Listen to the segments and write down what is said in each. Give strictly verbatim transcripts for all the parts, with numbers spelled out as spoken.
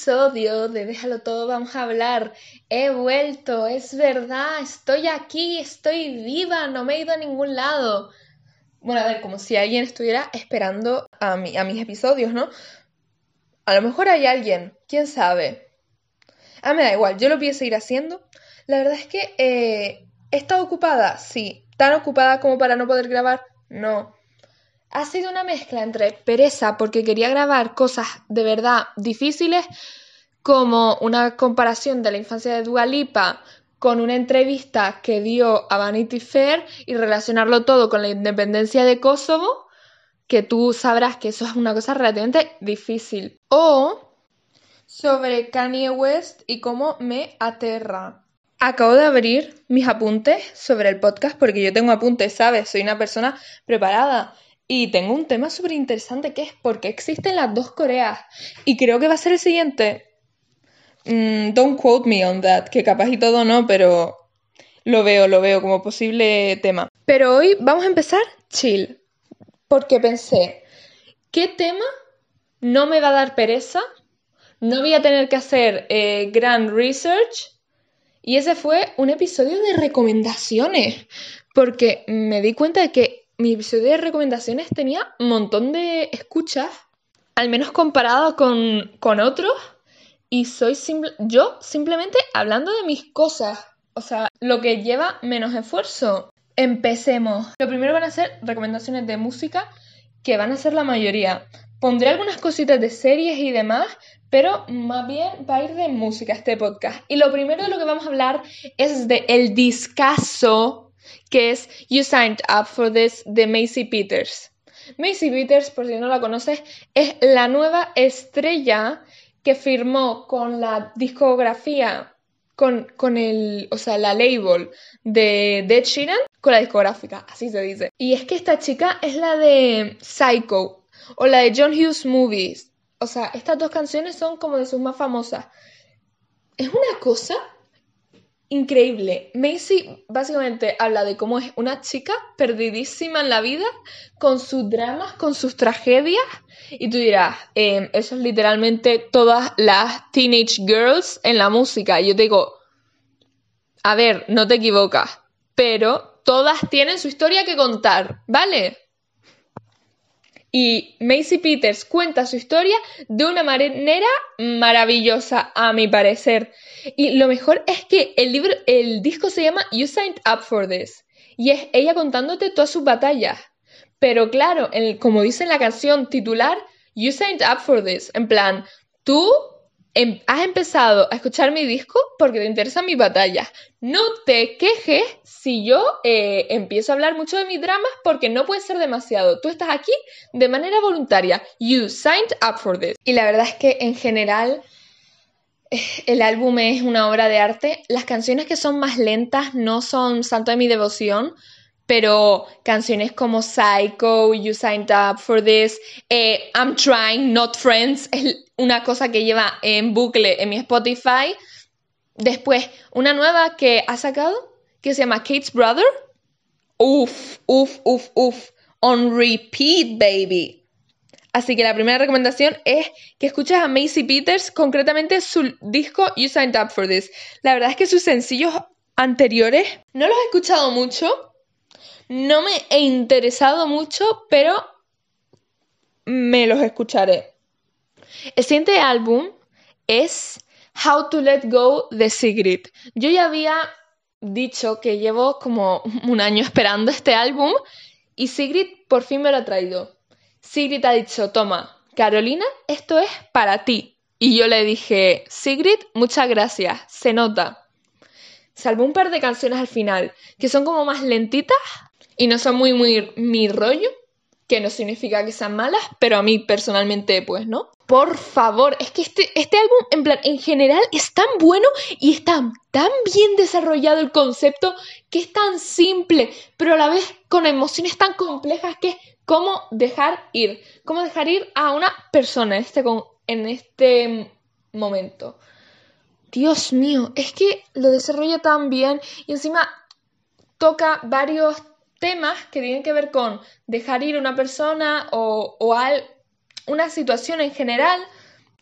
episodio de Déjalo Todo, vamos a hablar. He vuelto, es verdad, estoy aquí, estoy viva, no me he ido a ningún lado. Bueno, a ver, como si alguien estuviera esperando a, mi, a mis episodios, ¿no? A lo mejor hay alguien, quién sabe. Ah, me da igual, yo lo voy a seguir haciendo. La verdad es que eh, he estado ocupada, sí. ¿Tan ocupada como para no poder grabar? No. Ha sido una mezcla entre pereza porque quería grabar cosas de verdad difíciles, como una comparación de la infancia de Dua Lipa con una entrevista que dio a Vanity Fair y relacionarlo todo con la independencia de Kosovo, que tú sabrás que eso es una cosa relativamente difícil. O sobre Kanye West y cómo me aterra. Acabo de abrir mis apuntes sobre el podcast porque yo tengo apuntes, ¿sabes? Soy una persona preparada. Y tengo un tema súper interesante que es por qué existen las dos Coreas. Y creo que va a ser el siguiente. Mm, don't quote me on that, que capaz y todo no, pero lo veo, lo veo como posible tema. Pero hoy vamos a empezar chill. Porque pensé, ¿qué tema no me va a dar pereza? No voy a tener que hacer eh, gran research. Y ese fue un episodio de recomendaciones. Porque me di cuenta de que mi episodio de recomendaciones tenía un montón de escuchas, al menos comparado con, con otros, y soy simple, yo simplemente hablando de mis cosas, o sea, lo que lleva menos esfuerzo. Empecemos. Lo primero van a ser recomendaciones de música, que van a ser la mayoría. Pondré algunas cositas de series y demás, pero más bien va a ir de música este podcast. Y lo primero de lo que vamos a hablar es de el discazo que es You Signed Up for This de Macy Peters. Macy Peters, por si no la conoces, es la nueva estrella que firmó con la discografía, con, con el, o sea, la label de Ed Sheeran, con la discográfica, así se dice. Y es que esta chica es la de Psycho o la de John Hughes Movies. O sea, estas dos canciones son como de sus más famosas. Es una cosa increíble. Macy básicamente habla de cómo es una chica perdidísima en la vida, con sus dramas, con sus tragedias. Y tú dirás, eh, eso es literalmente todas las teenage girls en la música. Y yo te digo, a ver, no te equivocas, pero todas tienen su historia que contar, ¿vale? Y Macy Peters cuenta su historia de una manera maravillosa, a mi parecer. Y lo mejor es que el libro, el disco se llama You Signed Up for This. Y es ella contándote todas sus batallas. Pero claro, el, como dice en la canción titular, You Signed Up for This. En plan, tú em, has empezado a escuchar mi disco porque te interesan mis batallas. No te quejes si yo eh, empiezo a hablar mucho de mis dramas porque no puede ser demasiado. Tú estás aquí de manera voluntaria. You signed up for this. Y la verdad es que en general el álbum es una obra de arte. Las canciones que son más lentas no son santo de mi devoción, pero canciones como Psycho, You Signed Up for This, eh, I'm Trying, Not Friends, es una cosa que lleva en bucle en mi Spotify. Después, una nueva que ha sacado, que se llama Kate's Brother. Uf, uf, uf, uf. On repeat, baby. Así que la primera recomendación es que escuches a Macy Peters, concretamente su disco You Signed Up for This. La verdad es que sus sencillos anteriores no los he escuchado mucho, no me he interesado mucho, pero me los escucharé. El siguiente álbum es How to Let Go de Sigrid. Yo ya había dicho que llevo como un año esperando este álbum y Sigrid por fin me lo ha traído. Sigrid ha dicho, toma, Carolina, esto es para ti. Y yo le dije, Sigrid, muchas gracias, se nota. Salvo un par de canciones al final, que son como más lentitas y no son muy, muy mi rollo, que no significa que sean malas, pero a mí personalmente, pues, ¿no? Por favor, es que este, este álbum, en plan, en general, es tan bueno y está tan bien desarrollado el concepto que es tan simple, pero a la vez con emociones tan complejas que es cómo dejar ir. Cómo dejar ir a una persona en este, en este momento. Dios mío, es que lo desarrolla tan bien y encima toca varios temas que tienen que ver con dejar ir a una persona o, o a una situación en general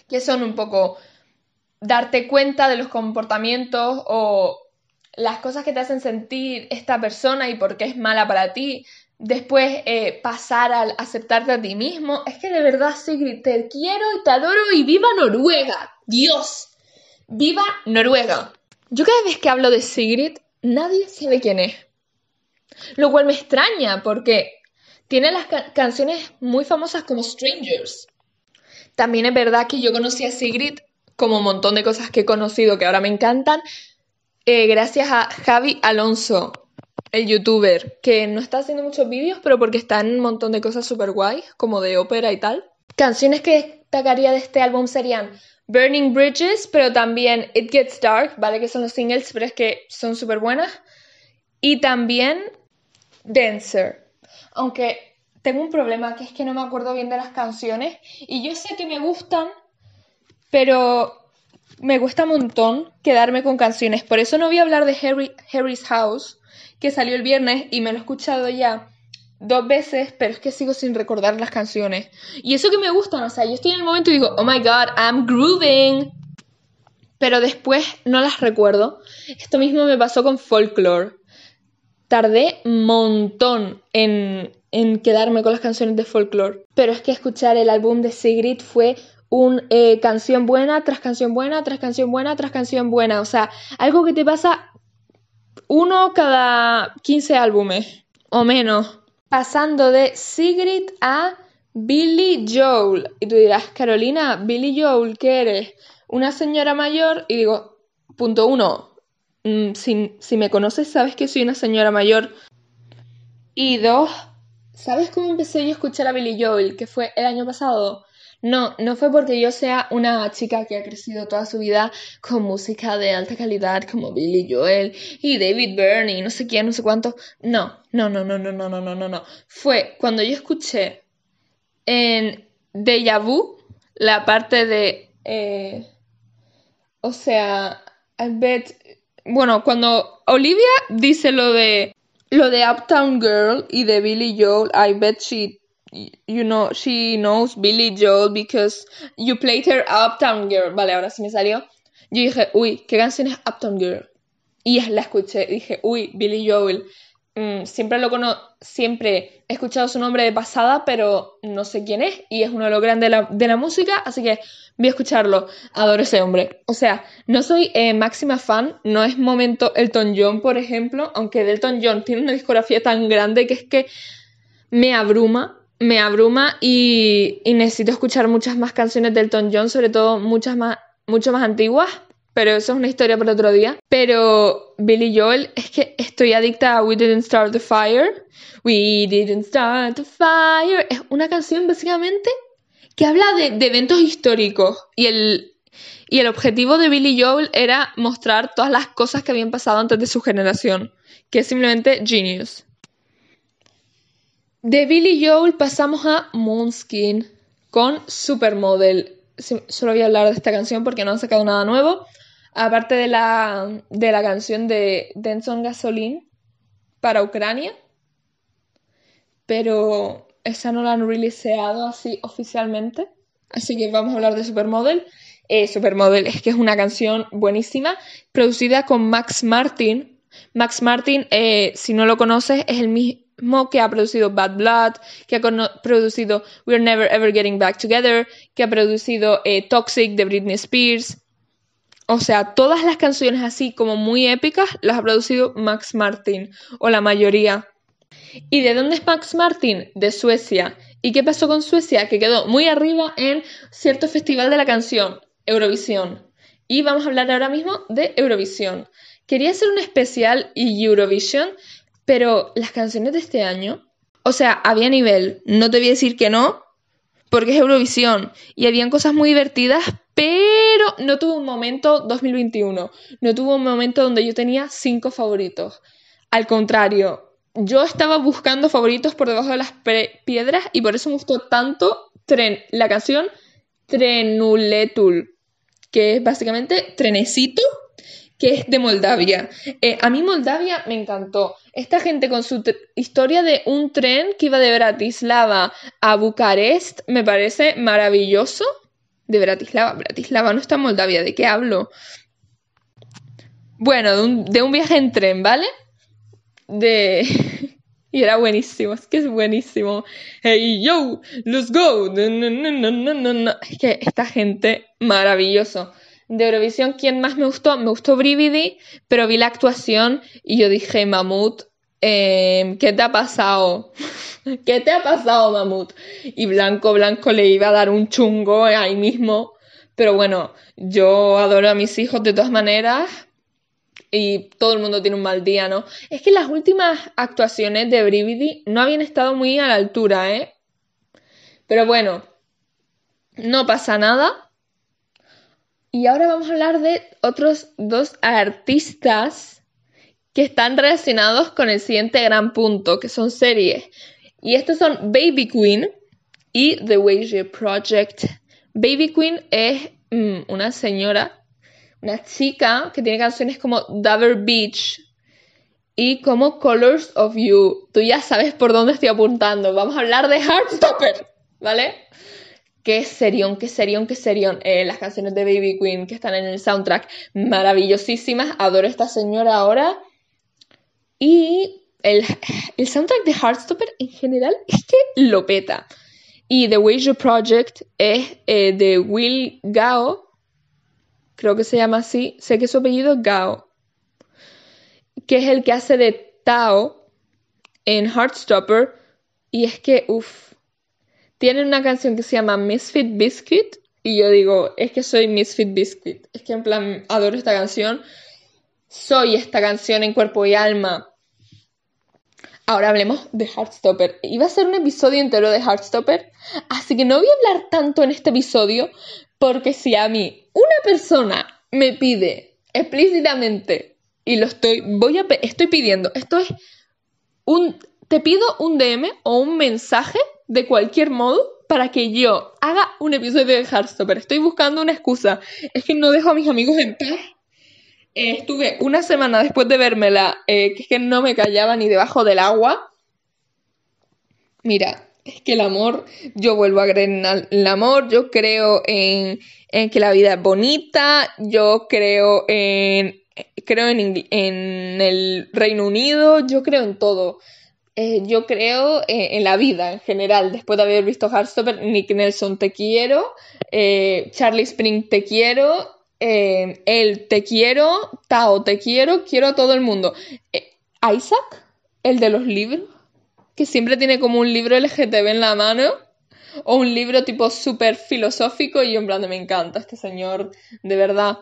que son un poco darte cuenta de los comportamientos o las cosas que te hacen sentir esta persona y por qué es mala para ti. Después eh, pasar al aceptarte a ti mismo. Es que de verdad, Sigrid, te quiero y te adoro y ¡viva Noruega! ¡Dios! ¡Viva Noruega! Yo cada vez que hablo de Sigrid, nadie sabe quién es. Lo cual me extraña porque tiene las ca- canciones muy famosas como Strangers. También es verdad que yo conocí a Sigrid como un montón de cosas que he conocido que ahora me encantan, eh, gracias a Javi Alonso, el youtuber, que no está haciendo muchos vídeos, pero porque está en un montón de cosas súper guays, como de ópera y tal. Canciones que destacaría de este álbum serían Burning Bridges, pero también It Gets Dark, ¿vale? Que son los singles, pero es que son súper buenas. Y también Dancer. Aunque tengo un problema, que es que no me acuerdo bien de las canciones. Y yo sé que me gustan, pero me cuesta un montón quedarme con canciones. Por eso no voy a hablar de Harry, Harry's House, que salió el viernes y me lo he escuchado ya dos veces, pero es que sigo sin recordar las canciones. Y eso que me gustan, o sea, yo estoy en el momento y digo, oh my god, I'm grooving. Pero después no las recuerdo. Esto mismo me pasó con Folklore. Tardé un montón en, en quedarme con las canciones de Folklore. Pero es que escuchar el álbum de Sigrid fue un eh, canción buena, tras canción buena, tras canción buena, tras canción buena. O sea, algo que te pasa uno cada quince álbumes o menos. Pasando de Sigrid a Billy Joel. Y tú dirás, Carolina, Billy Joel, ¿qué eres? Una señora mayor. Y digo, punto uno, mm, si, si me conoces sabes que soy una señora mayor. Y dos, ¿sabes cómo empecé yo a escuchar a Billy Joel? Que fue el año pasado. No, no fue porque yo sea una chica que ha crecido toda su vida con música de alta calidad como Billy Joel y David Byrne y no sé quién, no sé cuánto. No, no, no, no, no, no, no, no, no, no. Fue cuando yo escuché en Deja Vu la parte de... eh, o sea, I bet... Bueno, cuando Olivia dice lo de lo de Uptown Girl y de Billy Joel, I bet she, you know, she knows Billy Joel because you played her Uptown Girl. Vale, ahora sí me salió. Yo dije, uy, ¿qué canción es Uptown Girl? Y la escuché, dije, uy, Billy Joel. Mm, siempre lo conozco, siempre he escuchado su nombre de pasada, pero no sé quién es y es uno de los grandes de la, de la música, así que voy a escucharlo. Adoro ese hombre. O sea, no soy eh, máxima fan, no es momento Elton John, por ejemplo, aunque Elton John tiene una discografía tan grande que es que me abruma, me abruma y, y necesito escuchar muchas más canciones de Elton John, sobre todo muchas más, mucho más antiguas. Pero eso es una historia para otro día. Pero Billy Joel, es que estoy adicta a We Didn't Start the Fire. We Didn't Start the Fire. Es una canción básicamente que habla de, de eventos históricos. Y el, y el objetivo de Billy Joel era mostrar todas las cosas que habían pasado antes de su generación. Que es simplemente genius. De Billy Joel pasamos a Måneskin con Supermodel. Solo voy a hablar de esta canción porque no han sacado nada nuevo. Aparte de la, de la canción de Denson Gasoline para Ucrania. Pero esa no la han releaseado así oficialmente. Así que vamos a hablar de Supermodel. Eh, Supermodel es que es una canción buenísima. Producida con Max Martin. Max Martin, eh, si no lo conoces, es el mismo que ha producido Bad Blood, que ha producido We're Never Ever Getting Back Together, que ha producido eh, Toxic de Britney Spears. O sea, todas las canciones así como muy épicas las ha producido Max Martin, o la mayoría. ¿Y de dónde es Max Martin? De Suecia. ¿Y qué pasó con Suecia? Que quedó muy arriba en cierto festival de la canción, Eurovisión. Y vamos a hablar ahora mismo de Eurovisión. Quería hacer un especial Eurovision, pero las canciones de este año, o sea, había nivel, no te voy a decir que no, porque es Eurovisión, y habían cosas muy divertidas, pero no tuvo un momento dos mil veintiuno, no tuvo un momento donde yo tenía cinco favoritos. Al contrario, yo estaba buscando favoritos por debajo de las piedras y por eso me gustó tanto tren, la canción Trenuletul, que es básicamente trenecito, que es de Moldavia. Eh, a mí Moldavia me encantó. Esta gente con su t- historia de un tren que iba de Bratislava a Bucarest me parece maravilloso. De Bratislava. Bratislava no está en Moldavia. ¿De qué hablo? Bueno, de un, de un viaje en tren, ¿vale? De... Y era buenísimo, es que es buenísimo. Hey, yo, let's go. No, no, no, no, no, no, no. Es que esta gente, maravilloso. De Eurovisión, ¿quién más me gustó? Me gustó Brividi, pero vi la actuación y yo dije, Mamut, eh, ¿qué te ha pasado? ¿Qué te ha pasado, Mamut? Y Blanco, Blanco le iba a dar un chungo ahí mismo. Pero bueno, yo adoro a mis hijos de todas maneras. Y todo el mundo tiene un mal día, ¿no? Es que las últimas actuaciones de Brividi no habían estado muy a la altura, ¿eh? Pero bueno, no pasa nada. Y ahora vamos a hablar de otros dos artistas que están relacionados con el siguiente gran punto, que son series. Y estos son Baby Queen y The Weijers Project. Baby Queen es mmm, una señora... Una chica que tiene canciones como Dover Beach y como Colors of You. Tú ya sabes por dónde estoy apuntando. Vamos a hablar de Heartstopper, ¿vale? Qué serión, qué serión, qué serión. Eh, las canciones de Baby Queen que están en el soundtrack, maravillosísimas. Adoro a esta señora ahora. Y el, el soundtrack de Heartstopper en general es que lo peta. Y The Weijers Project es eh, de Will Gao. Creo que se llama así, sé que su apellido es Gao, que es el que hace de Tao en Heartstopper, y es que, uff, tienen una canción que se llama Misfit Biscuit, y yo digo, es que soy Misfit Biscuit, es que en plan, adoro esta canción, soy esta canción en cuerpo y alma. Ahora hablemos de Heartstopper. Iba a ser un episodio entero de Heartstopper, así que no voy a hablar tanto en este episodio, porque si a mí una persona me pide explícitamente, y lo estoy, voy a, estoy pidiendo, esto es un, te pido un D M o un mensaje de cualquier modo para que yo haga un episodio de Heartstopper. Estoy buscando una excusa, es que no dejo a mis amigos en paz. Eh, estuve una semana después de vérmela, eh, que es que no me callaba ni debajo del agua. Mira, es que el amor, yo vuelvo a creer en el amor, yo creo en, en que la vida es bonita, yo creo en, creo en, en el Reino Unido, yo creo en todo. Eh, yo creo en, en la vida en general. Después de haber visto Heartstopper, Nick Nelson te quiero, eh, Charlie Spring te quiero, eh, él te quiero, Tao te quiero, quiero a todo el mundo. Eh, Isaac, el de los libros, que siempre tiene como un libro L G T B en la mano, o un libro tipo súper filosófico, y yo en plan de me encanta este señor, de verdad.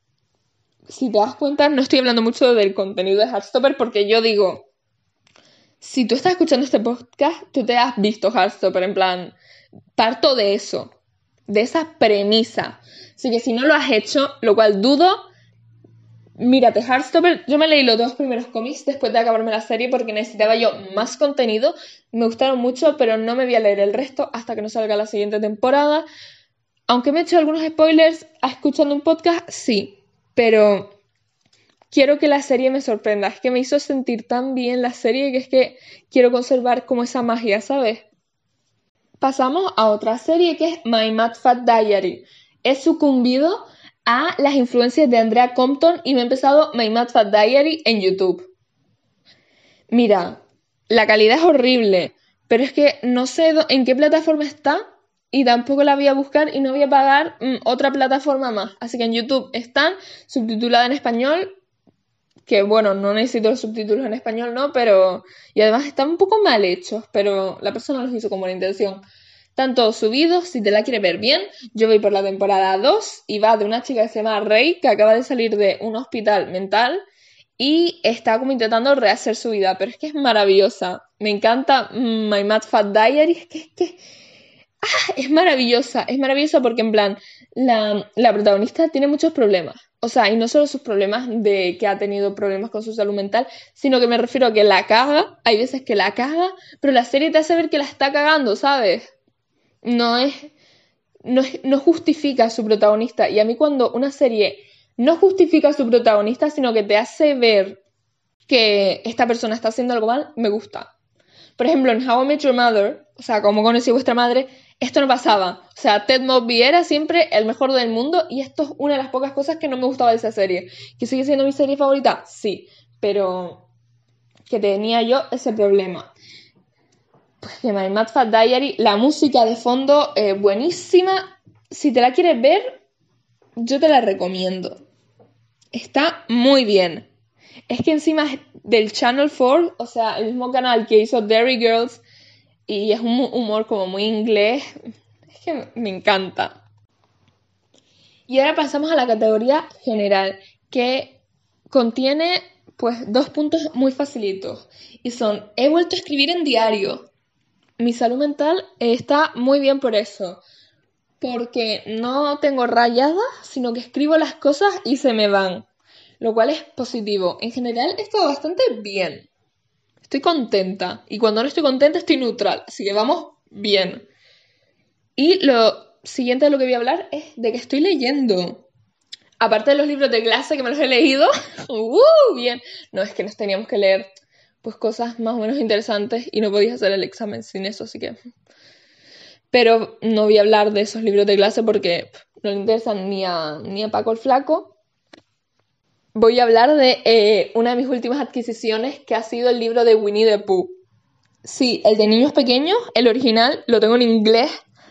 Si te das cuenta, no estoy hablando mucho del contenido de Heartstopper porque yo digo, si tú estás escuchando este podcast, tú te has visto Heartstopper, en plan, parto de eso, de esa premisa. Así que si no lo has hecho, lo cual dudo, mírate Heartstopper. Yo me leí los dos primeros cómics después de acabarme la serie porque necesitaba yo más contenido. Me gustaron mucho, pero no me voy a leer el resto hasta que no salga la siguiente temporada. Aunque me he hecho algunos spoilers escuchando un podcast, sí, pero quiero que la serie me sorprenda. Es que me hizo sentir tan bien la serie que es que quiero conservar como esa magia, ¿sabes? Pasamos a otra serie que es My Mad Fat Diary. He sucumbido a las influencias de Andrea Compton y me he empezado My Mad Fat Diary en YouTube. Mira, la calidad es horrible, pero es que no sé en qué plataforma está y tampoco la voy a buscar y no voy a pagar mmm, otra plataforma más. Así que en YouTube están subtitulada en español, que bueno, no necesito los subtítulos en español, ¿no? Pero, y además están un poco mal hechos, pero la persona los hizo con buena intención. Están todos subidos, si te la quieres ver bien. Yo voy por la temporada dos y va de una chica que se llama Rey, que acaba de salir de un hospital mental y está como intentando rehacer su vida, pero es que es maravillosa. Me encanta mm, My Mad Fat Diary, es que es que ah, es maravillosa, es maravillosa porque en plan la, la protagonista tiene muchos problemas. O sea, y no solo sus problemas de que ha tenido problemas con su salud mental, sino que me refiero a que la caga, hay veces que la caga, pero la serie te hace ver que la está cagando, ¿sabes? No es, no es, no justifica a su protagonista. Y a mí cuando una serie no justifica a su protagonista, sino que te hace ver que esta persona está haciendo algo mal, me gusta. Por ejemplo, en How I Met Your Mother, o sea, Cómo conocí a vuestra madre, Esto no pasaba. O sea, Ted Mosby era siempre el mejor del mundo y esto es una de las pocas cosas que no me gustaba de esa serie. ¿Que sigue siendo mi serie favorita? Sí, pero que tenía yo ese problema. Pues que My Mad Fat Diary, la música de fondo, eh, buenísima. Si te la quieres ver, yo te la recomiendo. Está muy bien. Es que encima es del Channel cuatro, o sea, el mismo canal que hizo Derry Girls, y es un humor como muy inglés. Es que me encanta. Y ahora pasamos a la categoría general, que contiene pues dos puntos muy facilitos. Y son, he vuelto a escribir en diario. Mi salud mental está muy bien por eso. Porque no tengo rayadas, sino que escribo las cosas y se me van. Lo cual es positivo. En general he estado bastante bien. Estoy contenta. Y cuando no estoy contenta estoy neutral. Así que vamos bien. Y lo siguiente de lo que voy a hablar es de que estoy leyendo. Aparte de los libros de clase que me los he leído. ¡Uh! Bien. No, es que nos teníamos que leer pues cosas más o menos interesantes y no podías hacer el examen sin eso, así que... Pero no voy a hablar de esos libros de clase porque no le interesan ni a, ni a Paco el Flaco. Voy a hablar de eh, una de mis últimas adquisiciones, que ha sido el libro de Winnie the Pooh. Sí, el de niños pequeños, el original, lo tengo en inglés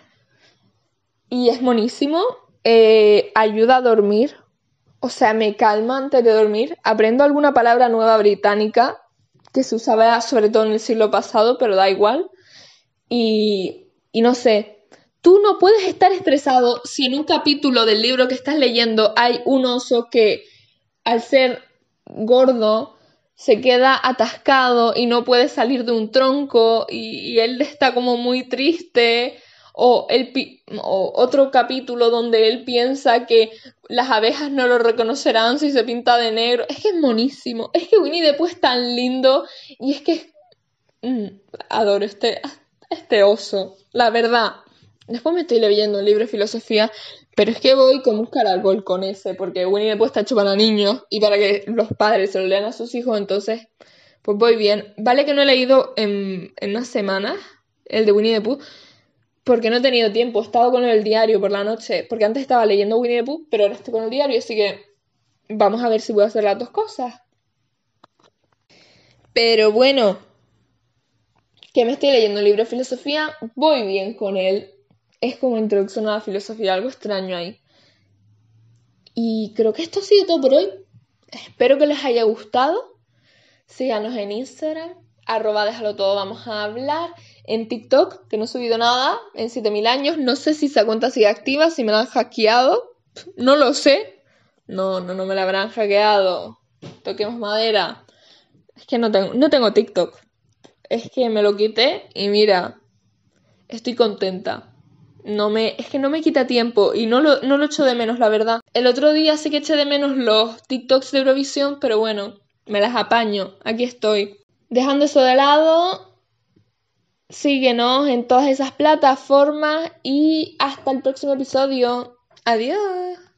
y es monísimo. Eh, ayuda a dormir, o sea, me calma antes de dormir. Aprendo alguna palabra nueva británica que se usaba sobre todo en el siglo pasado, pero da igual. Y, y no sé, tú no puedes estar estresado si en un capítulo del libro que estás leyendo hay un oso que al ser gordo se queda atascado y no puede salir de un tronco y, y él está como muy triste, o, él pi- o otro capítulo donde él piensa que las abejas no lo reconocerán si se pinta de negro. Es que es monísimo, es que Winnie the Pooh es tan lindo y es que mm, adoro este, este oso, la verdad. Después me estoy leyendo un libro de filosofía, pero es que voy como un caracol con ese, porque Winnie the Pooh está hecho para niños y para que los padres se lo lean a sus hijos, entonces, pues voy bien. Vale que no he leído en, en unas semanas el de Winnie the Pooh, porque no he tenido tiempo, he estado con el diario por la noche, porque antes estaba leyendo Winnie the Pooh, pero ahora estoy con el diario, así que vamos a ver si puedo hacer las dos cosas. Pero bueno, que me estoy leyendo un libro de filosofía, voy bien con él. Es como introducción a la filosofía, algo extraño ahí. Y creo que esto ha sido todo por hoy. Espero que les haya gustado. Síganos en Instagram, arroba déjalo todo, vamos a hablar. En TikTok, que no he subido nada en siete mil años. No sé si esa cuenta sigue activa, si me la han hackeado. No lo sé. No, no, no me la habrán hackeado. Toquemos madera. Es que no tengo, no tengo TikTok. Es que me lo quité y mira, estoy contenta. No me, es que no me quita tiempo y no lo, no lo echo de menos, la verdad. El otro día sí que eché de menos los TikToks de Eurovisión, pero bueno, me las apaño. Aquí estoy. Dejando eso de lado, síguenos en todas esas plataformas y hasta el próximo episodio. Adiós.